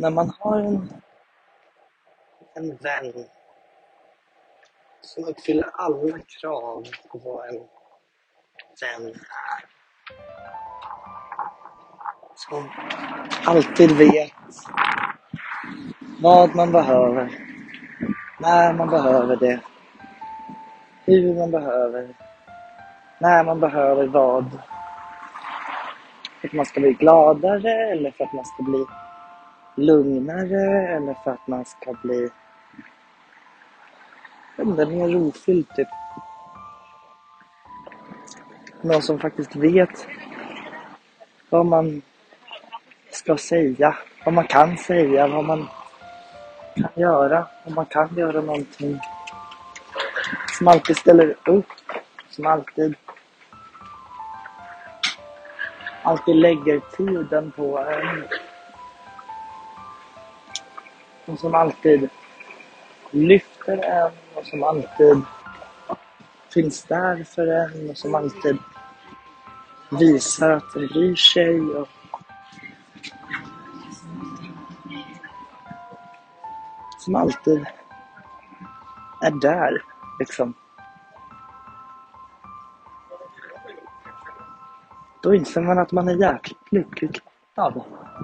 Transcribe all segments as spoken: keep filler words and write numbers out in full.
när man har en, en vän som uppfyller alla krav på vad en vän är. Som alltid vet vad man behöver, när man behöver det, hur man behöver, när man behöver vad. För att man ska bli gladare, eller för att man ska bli lugnare, eller för att man ska bli ändå mer rofylld typ. Någon som faktiskt vet vad man ska säga, vad man kan säga, vad man kan göra, om man kan göra någonting. Som alltid ställer upp, som alltid alltid lägger tiden på en. Och som alltid lyfter en, och som alltid finns där för en, och som alltid visar att den bryr sig. Och som alltid är där, liksom. Då inser man att man är jäkligt lycklig av.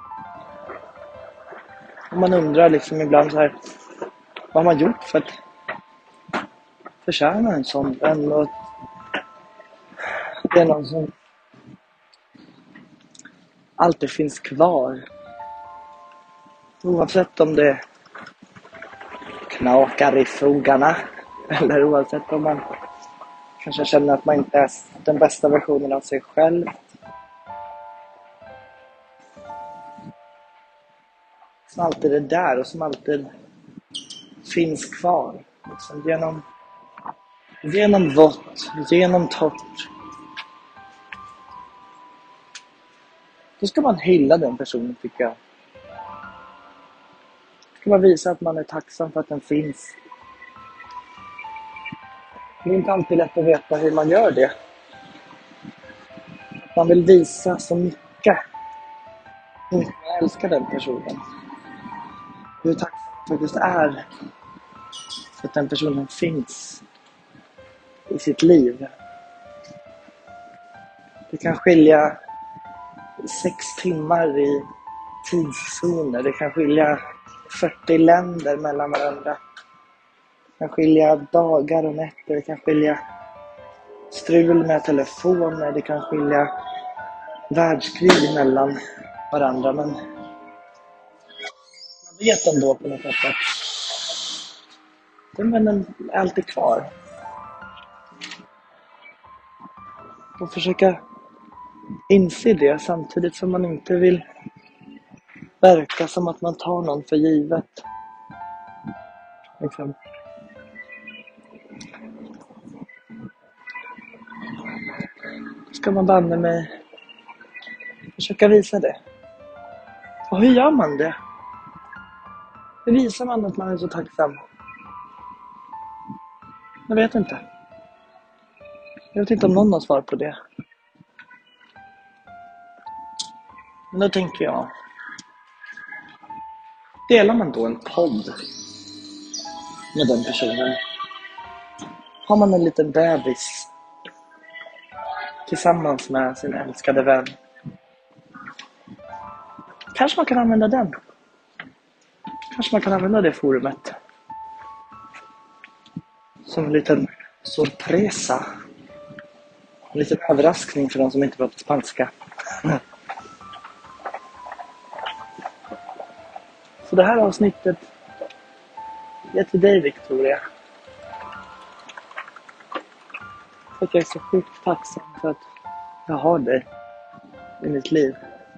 Och man undrar liksom ibland så här, vad har man gjort för att förtjäna en sån vän? Och det är någon som alltid finns kvar. Oavsett om det knakar i fogarna, eller oavsett om man kanske känner att man inte är den bästa versionen av sig själv. Som alltid är där och som alltid finns kvar. Liksom genom, genom vått, genom torrt. Då ska man hylla den personen, tycker jag. Då ska man visa att man är tacksam för att den finns. Det är inte alltid lätt att veta hur man gör det. Att man vill visa så mycket. Hur man älskar den personen. Hur tacksam man faktiskt är för att den personen finns i sitt liv. Det kan skilja sex timmar i tidszoner. Det kan skilja fyrtio länder mellan varandra. Det kan skilja dagar och nätter. Det kan skilja strul med telefoner. Det kan skilja världskrig mellan varandra. Men man vet ändå på något sätt att den vännen är alltid kvar. Och försöka inse det samtidigt som man inte vill verka som att man tar någon för givet. Liksom. Ska man banne mig försöka visa det. Och hur gör man det? Hur visar man att man är så tacksam? Jag vet inte. Jag vet inte om någon har svar på det. Men då tänker jag, delar man då en podd med den personen? Har man en liten bebis tillsammans med sin älskade vän? Kanske man kan använda den. Kanske man kan använda det forumet som en liten sorpresa. En liten överraskning för de som inte pratar spanska. Så det här avsnittet är till dig, Victoria. För att jag är så sjukt tacksam för att jag har dig i mitt liv.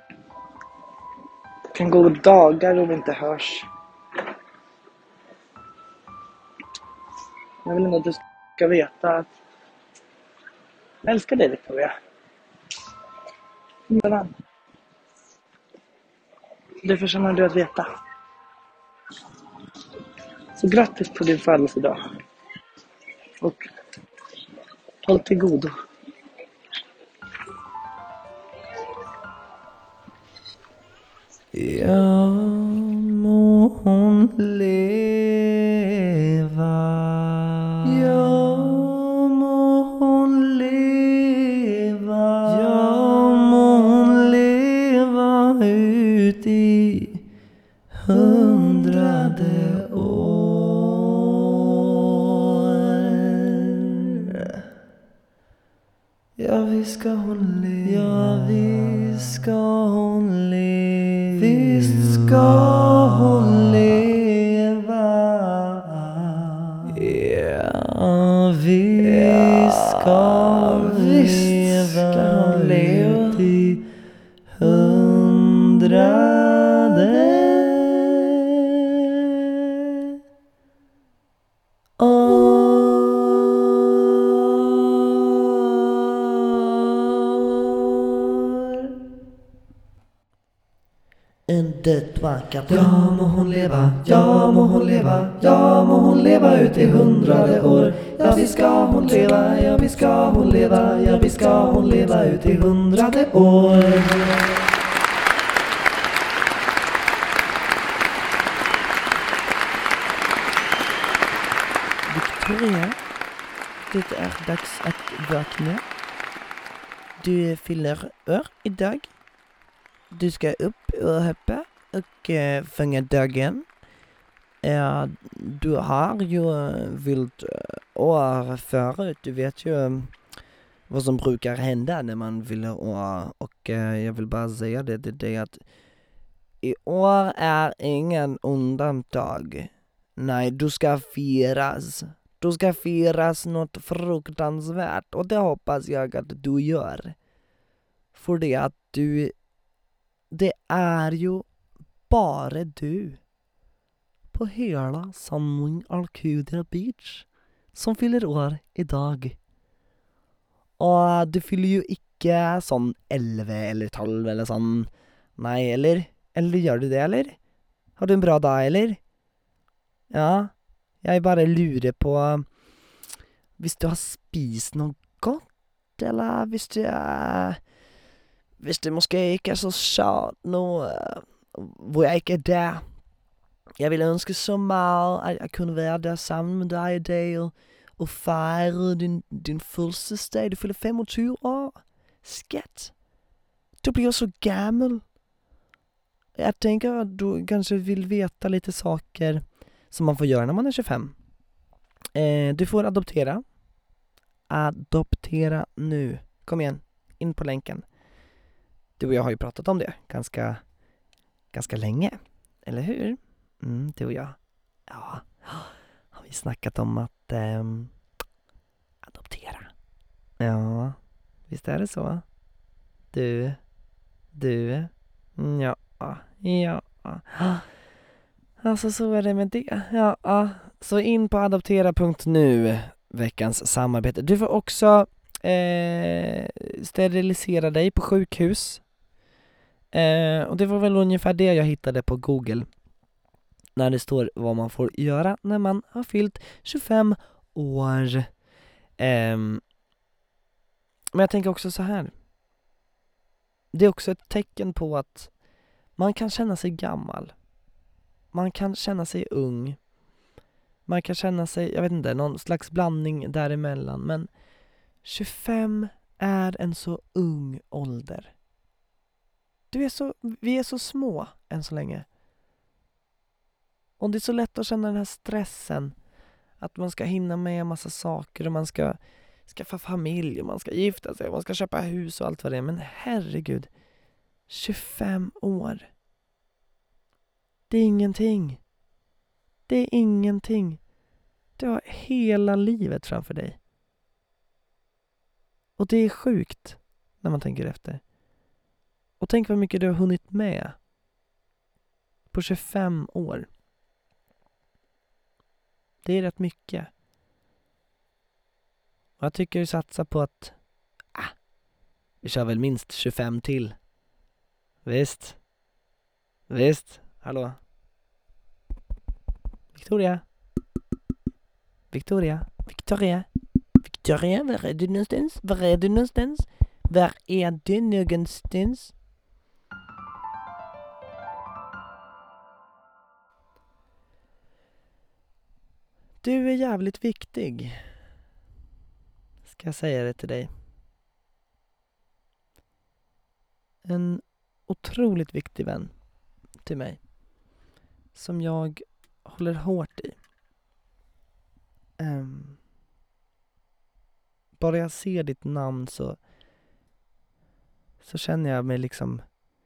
Det kan gå dagar om vi inte hörs. Jag vill ändå att du ska veta att jag älskar dig, Victoria. Min vän. Det förtjänar du att veta. Så grattis på din födelsedag. Och håll till godo. Ja, leva. Ja må hon leva. Ja må hon leva ut i hundrade år. Ja, visst ska hon leva. Ja, visst ska hon leva. Visst ska hon leva. Ja, visst ska hon leva ut i hundrade år. En dödvacker. Ja må hon leva, ja må hon leva, ja må hon leva ut i hundrade år. Ja vi ska hon leva, ja vi ska hon leva, ja vi ska hon leva ut i hundrade år. Victoria, det är dags att vakna. Du fyller år idag. Du ska upp och hoppa och uh, fånga dagen. Uh, du har ju vilt uh, år förut. Du vet ju um, vad som brukar hända när man vill år. Och uh, jag vill bara säga det till dig att i år är ingen undantag. Nej, du ska firas. Du ska firas något fruktansvärt. Och det hoppas jag att du gör. För det att du... Det är ju bara du på hela Sunwing Arcadia Beach som fyller år idag. Och du fyller ju inte sån elva eller tolv eller sån. Nej, eller? Eller gör du det, eller? Har du en bra dag, eller? Ja, jag bara lurer på hvis du har spist något gott, eller hvis du är... Hvis det måske ikke er så sjovt nu, hvor jeg ikke er der. Jeg ville ønske så meget, at jeg kunne være der sammen med dig i dag, og, og fejre din, din fødselsdag. Du fylder femogtyve år. Skat. Du blir så gammel. Jag tänker att du kanske vill veta lite saker som man får göra när man är tjugofem. Eh, du får adoptera. Adoptera nu. Kom igen, in på länken. Du och jag har ju pratat om det ganska, ganska länge. Eller hur? Mm, du och jag. Ja, har vi snackat om att eh, adoptera. Ja, visst är det så? Du, du, ja, ja. Alltså så är det med det. Ja, så in på adoptera punkt nu, veckans samarbete. Du får också eh, sterilisera dig på sjukhus. Eh, och det var väl ungefär det jag hittade på Google. När det står vad man får göra när man har fyllt tjugofem år. Eh, men jag tänker också så här. Det är också ett tecken på att man kan känna sig gammal. Man kan känna sig ung. Man kan känna sig, jag vet inte, någon slags blandning däremellan. Men tjugofem är en så ung ålder. Du är så, vi är så små än så länge. Och det är så lätt att känna den här stressen. Att man ska hinna med en massa saker. Och man ska skaffa familj. Och man ska gifta sig. Och man ska köpa hus och allt vad det är. Men herregud. tjugofem år. Det är ingenting. Det är ingenting. Du har hela livet framför dig. Och det är sjukt när man tänker efter. Och tänk vad mycket du har hunnit med på tjugofem år. Det är rätt mycket. Och jag tycker du satsar på att ah, vi kör väl minst tjugofem till. Visst? Visst? Hallå? Victoria? Victoria? Victoria? Victoria, var är du någonstans? Var är du någonstans? Var är du någonstans? Du är jävligt viktig. Ska jag säga det till dig. En otroligt viktig vän till mig. Som jag håller hårt i. Um, bara jag ser ditt namn så så känner jag mig liksom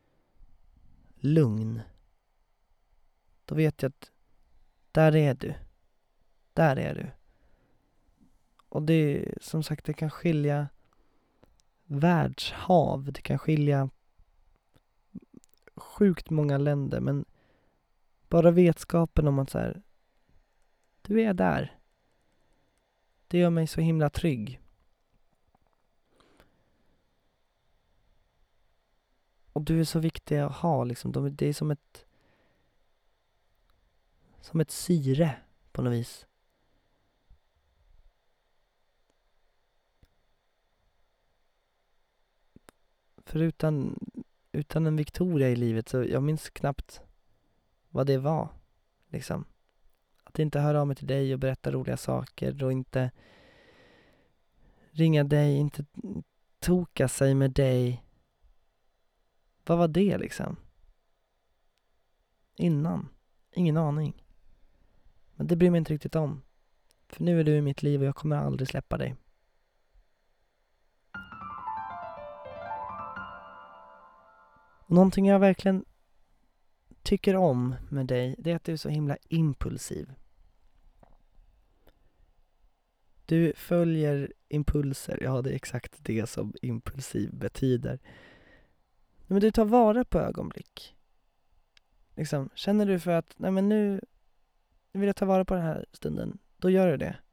lugn. Då vet jag att där är du. Där är du. Och det, som sagt, det kan skilja världshav. Det kan skilja sjukt många länder. Men bara vetskapen om att så här, du är där. Det gör mig så himla trygg. Och du är så viktig att ha. Liksom. Det är som ett som ett syre på något vis. För utan, utan en Victoria i livet så jag minns knappt vad det var. Liksom. Att inte höra av mig till dig och berätta roliga saker och inte ringa dig, inte toka sig med dig. Vad var det liksom? Innan. Ingen aning. Men det bryr mig inte riktigt om. För nu är du i mitt liv och jag kommer aldrig släppa dig. Och någonting jag verkligen tycker om med dig, det är att du är så himla impulsiv. Du följer impulser. Ja, det är exakt det som impulsiv betyder. Men du tar vara på ögonblick. Liksom, känner du för att nej men nu, nu vill jag ta vara på den här stunden, då gör du det.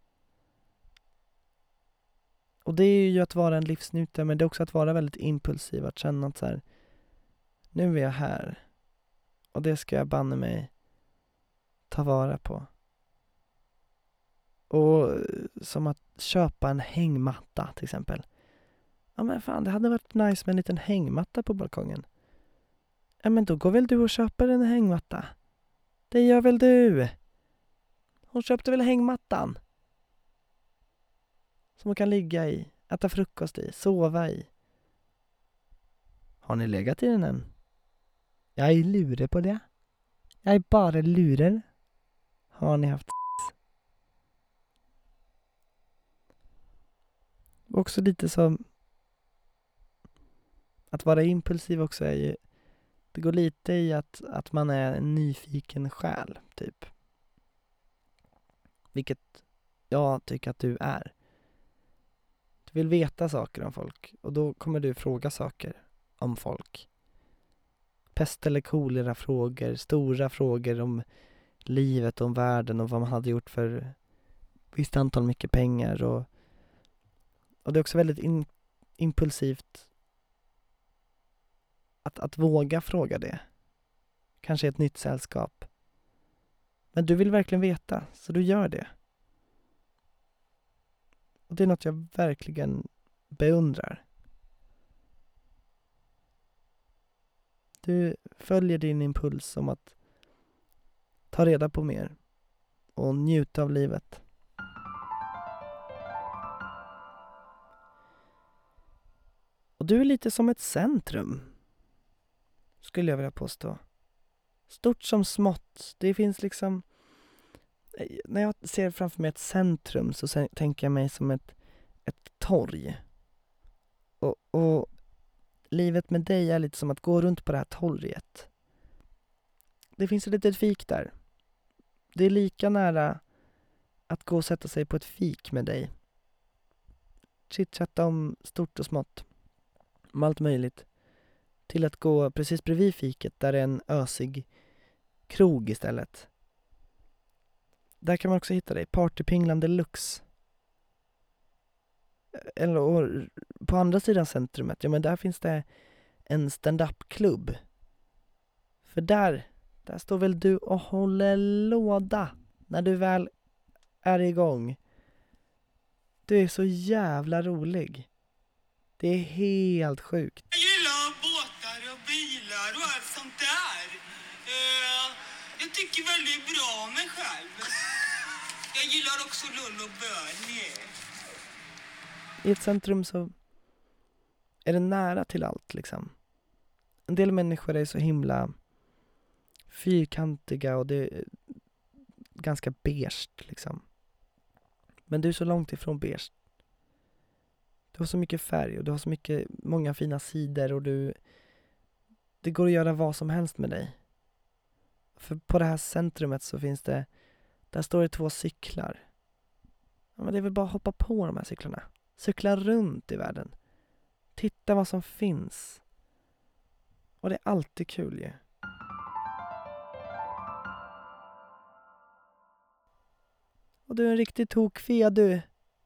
Och det är ju att vara en livsnjutare, men det är också att vara väldigt impulsiv, att känna att så här, nu är jag här och det ska jag banne mig ta vara på. Och som att köpa en hängmatta till exempel. Ja men fan, det hade varit nice med en liten hängmatta på balkongen. Ja men då går väl du och köper en hängmatta. Det gör väl du. Hon köpte väl hängmattan. Som hon kan ligga i, äta frukost i, sova i. Har ni legat i den än? Jag är lurig på det. Jag är bara lurer. Har ni haft sex? Också lite som att vara impulsiv också är ju, det går lite i att, att man är en nyfiken själ, typ. Vilket jag tycker att du är. Du vill veta saker om folk och då kommer du fråga saker om folk. Pest eller kolera frågor, stora frågor om livet, om världen och vad man hade gjort för visst antal mycket pengar. Och, och det är också väldigt in, impulsivt att, att våga fråga det. Kanske ett nytt sällskap. Men du vill verkligen veta, så du gör det. Och det är något jag verkligen beundrar. Du följer din impuls om att ta reda på mer och njuta av livet. Och du är lite som ett centrum, skulle jag vilja påstå. Stort som smått. Det finns liksom, när jag ser framför mig ett centrum så tänker jag mig som ett, ett torg. Och, och livet med dig är lite som att gå runt på det här torget. Det finns ett litet fik där. Det är lika nära att gå och sätta sig på ett fik med dig. Chitchatta om stort och smått. Om allt möjligt. Till att gå precis bredvid fiket där det är en ösig krog istället. Där kan man också hitta dig. Partypinglan deluxe. Eller på andra sidan centrumet. Ja men där finns det en stand-up-klubb. För där, där står väl du och håller låda. När du väl är igång. Du är så jävla rolig. Det är helt sjukt. Jag gillar båtar och bilar och allt sånt där. Uh, jag tycker väldigt bra om mig själv. Jag gillar också lull och bönor. I ett centrum så är det nära till allt liksom. En del människor är så himla fyrkantiga och det är ganska beige liksom. Men du är så långt ifrån beige. Du har så mycket färg och du har så mycket, många fina sidor och du, det går att göra vad som helst med dig. För på det här centrumet så finns det, där står det två cyklar. Ja, men det är väl bara att hoppa på de här cyklarna. Cykla runt i världen. Titta vad som finns. Och det är alltid kul ju. Och du är en riktig tokfia du.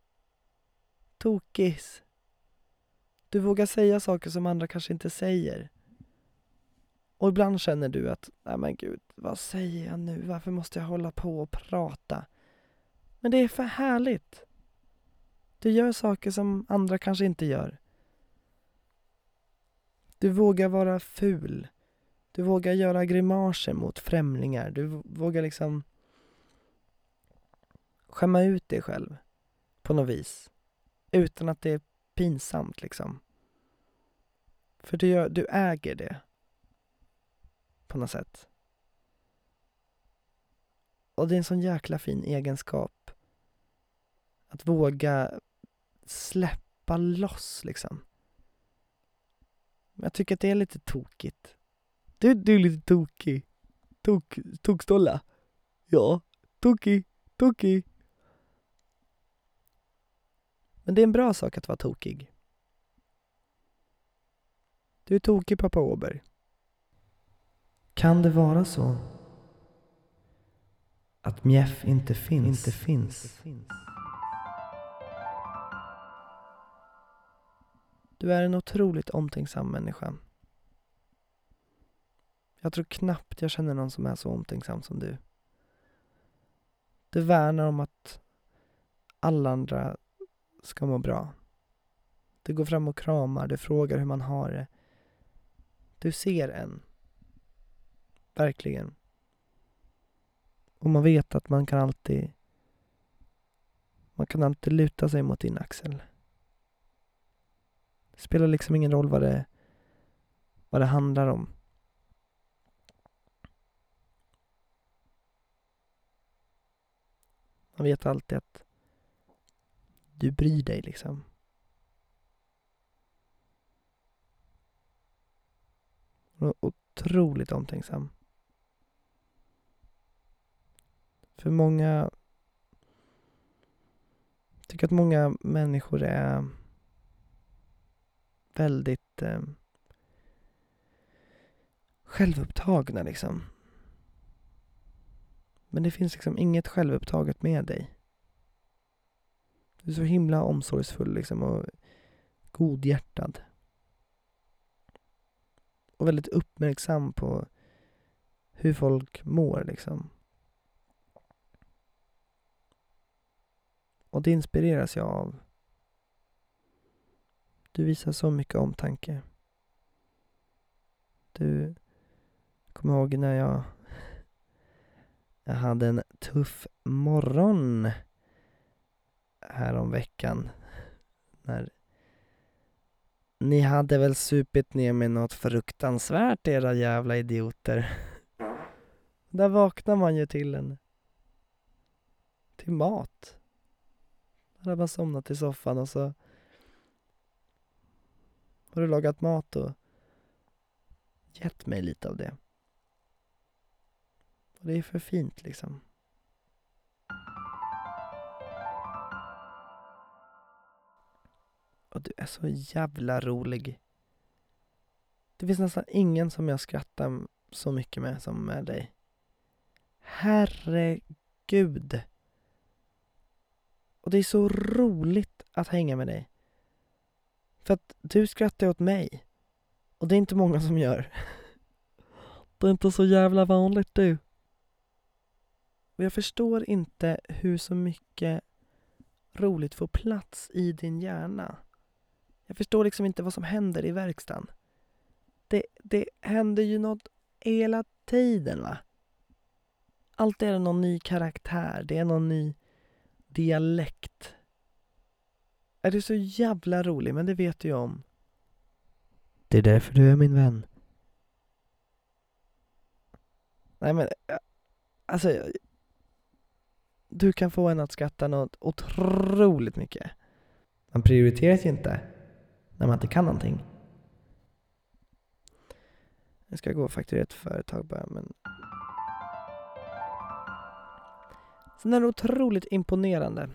Tokis. Du vågar säga saker som andra kanske inte säger. Och ibland känner du att, nej men gud, vad säger jag nu? Varför måste jag hålla på och prata? Men det är för härligt. Du gör saker som andra kanske inte gör. Du vågar vara ful. Du vågar göra grimaser mot främlingar. Du vågar liksom skämma ut dig själv på något vis. Utan att det är pinsamt liksom. För du, gör, du äger det. På något sätt. Och det är en sån jäkla fin egenskap. Att våga släppa loss liksom. Men jag tycker att det är lite tokigt. Du, du är lite tokig. Tok, tokstolla. Ja, tokig, tokig. Men det är en bra sak att vara tokig. Du är tokig, pappa Åberg. Kan det vara så att mjäff inte finns? Inte finns. Du är en otroligt omtänksam människa. Jag tror knappt jag känner någon som är så omtänksam som du. Du värnar om att alla andra ska må bra. Du går fram och kramar, du frågar hur man har det. Du ser en. Verkligen. Och man vet att man kan alltid man kan alltid luta sig mot din axel. Det spelar liksom ingen roll vad det vad det handlar om. Man vet alltid att du bryr dig liksom. Och otroligt omtänksam. För många jag tycker att många människor är väldigt eh, självupptagna liksom. Men det finns liksom inget självupptaget med dig. Du är så himla omsorgsfull liksom och godhjärtad. Och väldigt uppmärksam på hur folk mår liksom. Och det inspireras jag av. Du visar så mycket omtanke. Du kommer ihåg när jag jag hade en tuff morgon här om veckan. När ni hade väl supit ner med något fruktansvärt, era jävla idioter. Där vaknar man ju till en till mat. Där har man somnat i soffan och så har du lagat mat och gett mig lite av det. Och det är för fint liksom. Och du är så jävla rolig. Det finns nästan ingen som jag skrattar så mycket med som med dig. Herregud. Och det är så roligt att hänga med dig. För att du skrattar åt mig. Och det är inte många som gör. Det är inte så jävla vanligt du. Och jag förstår inte hur så mycket roligt får plats i din hjärna. Jag förstår liksom inte vad som händer i verkstaden. Det, det händer ju något hela tiden va? Alltid är det någon ny karaktär. Det är någon ny dialekt. Är du så jävla rolig, men det vet du ju om. Det är därför du är min vän. Nej men, alltså, du kan få en att skratta något otroligt mycket. Man prioriteras ju inte när man inte kan någonting. Jag ska gå och fakturera ett företag bara, men... Sen är det otroligt imponerande.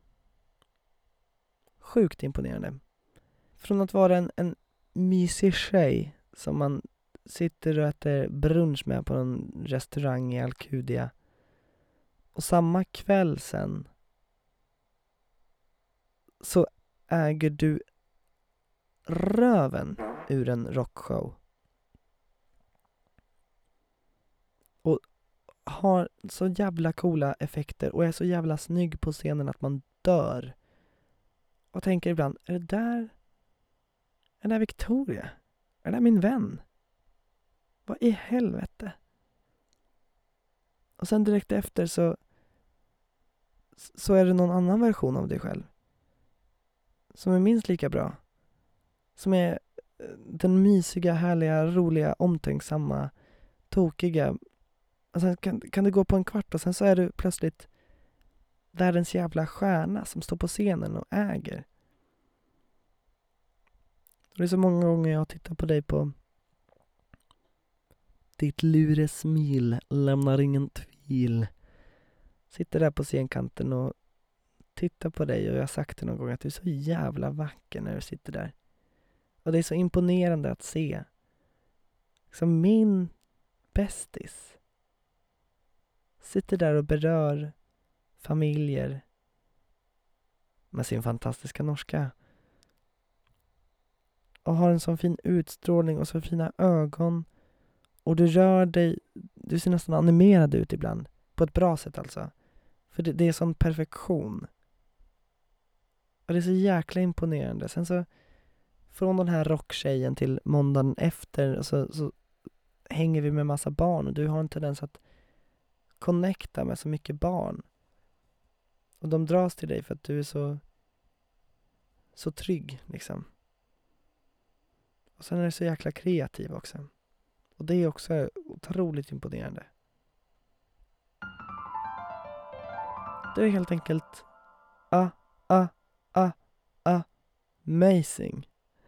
Sjukt imponerande. Från att vara en, en mysig tjej som man sitter och äter brunch med på en restaurang i Alcudia. Och samma kväll sen så äger du röven ur en rockshow. Och har så jävla coola effekter och är så jävla snygg på scenen att man dör. Och tänker ibland, är det där är det där Victoria? Är det där min vän? Vad i helvete? Och sen direkt efter så så är det någon annan version av dig själv. Som är minst lika bra. Som är den mysiga, härliga, roliga, omtänksamma, tokiga. Och sen kan, kan det gå på en kvart och sen så är du plötsligt världens jävla stjärna som står på scenen och äger. Och det är så många gånger jag tittar på dig på ditt luresmil lämnar ingen tvil. Sitter där på scenkanten och tittar på dig och jag har sagt det någon gång att du är så jävla vacker när du sitter där. Och det är så imponerande att se. Som min bästis sitter där och berör familjer med sin fantastiska norska. Och har en sån fin utstrålning och så fina ögon. Och du rör dig, du ser nästan animerad ut ibland. På ett bra sätt alltså. För det, det är sån perfektion. Och det är så jäkla imponerande. Sen så, från den här rocktjejen till måndagen efter så, så hänger vi med massa barn. Och du har en tendens att connecta med så mycket barn. Och de dras till dig för att du är så så trygg liksom. Och sen är du så jäkla kreativ också. Och det är också otroligt imponerande. Du är helt enkelt ah, ah, ah, ah, amazing.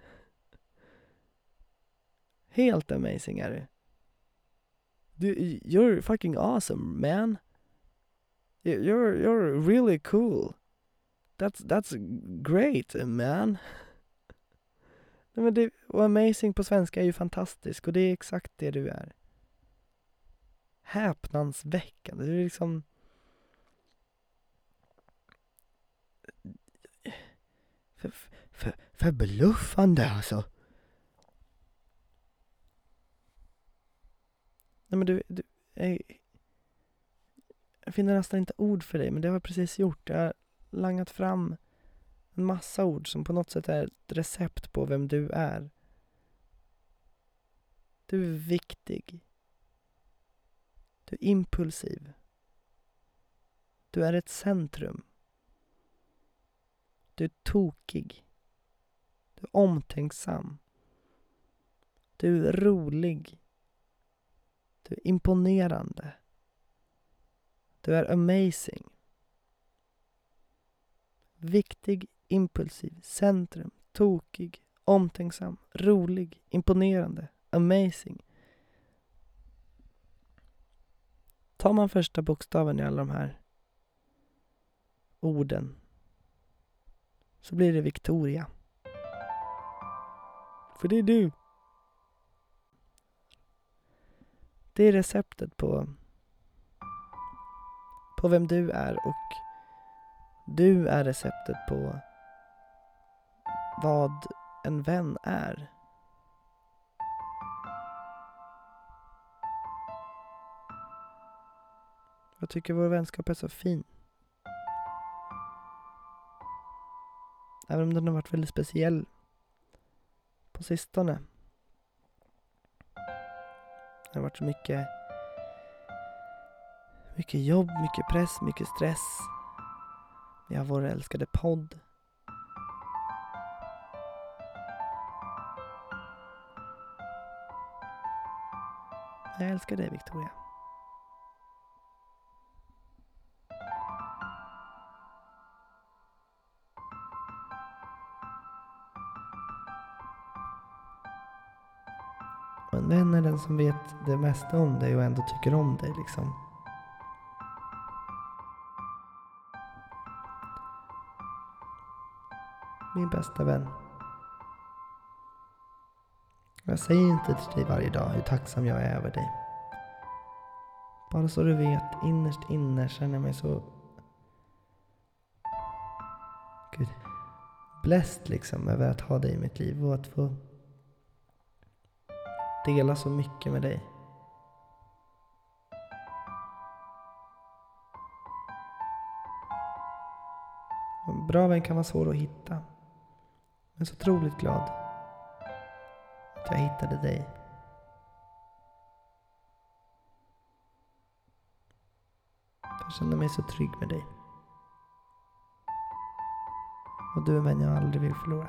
Helt amazing är du. Du, you're fucking awesome, man. You're you're really cool. That's that's great, man. Nej, men det, och amazing på svenska är ju fantastisk och det är exakt det du är. Häpnadsväckande. Det är liksom för, för, förbluffande alltså. Nej men du, du jag, jag finner nästan inte ord för dig, men det har jag precis gjort. Jag har langat fram en massa ord som på något sätt är ett recept på vem du är. Du är viktig. Du är impulsiv. Du är ett centrum. Du är tokig. Du är omtänksam. Du är rolig. Du är imponerande. Du är amazing. Viktig, impulsiv, centrum, tokig, omtänksam, rolig, imponerande, amazing. Tar man första bokstaven i alla de här orden så blir det Victoria. För det är du. Det är receptet på på vem du är, och du är receptet på vad en vän är. Jag tycker vår vänskap är så fin. Även om den har varit väldigt speciell på sistone. Det har varit så mycket mycket jobb, mycket press, mycket stress. Vi har vår älskade podd. Jag älskar dig, Victoria. Och en vän är den som vet det mesta om dig och ändå tycker om dig liksom. Min bästa vän. Jag säger inte till dig varje dag hur tacksam jag är över dig. Bara så du vet, innerst inne känner jag mig så... Gud. Bläst liksom över att ha dig i mitt liv och att få dela så mycket med dig. En bra vän kan vara svår att hitta. Jag är så otroligt glad att jag hittade dig. Jag känner mig så trygg med dig. Och du är en vän jag aldrig vill förlora.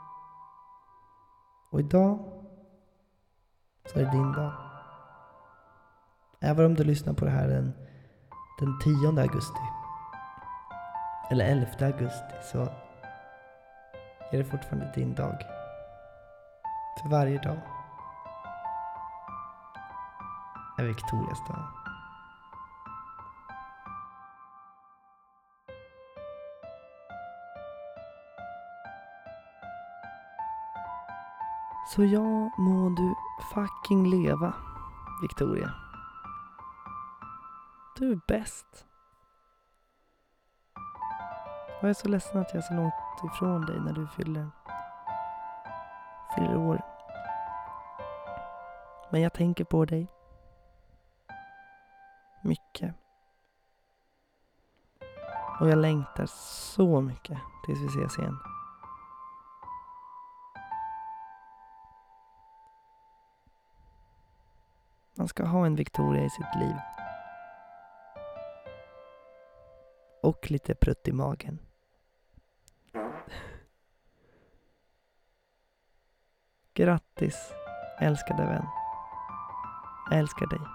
Och idag så är det din dag. Även om du lyssnar på det här den, den tionde augusti. Eller elfte augusti så är det fortfarande din dag. För varje dag är Victorias dag. Så ja, må du fucking leva, Victoria. Du är bäst. Och jag är så ledsen att jag är så långt ifrån dig när du fyller, fyller år. Men jag tänker på dig. Mycket. Och jag längtar så mycket tills vi ses igen. Man ska ha en Victoria i sitt liv. Och lite prutt i magen. Grattis, älskade vän. Jag älskar dig.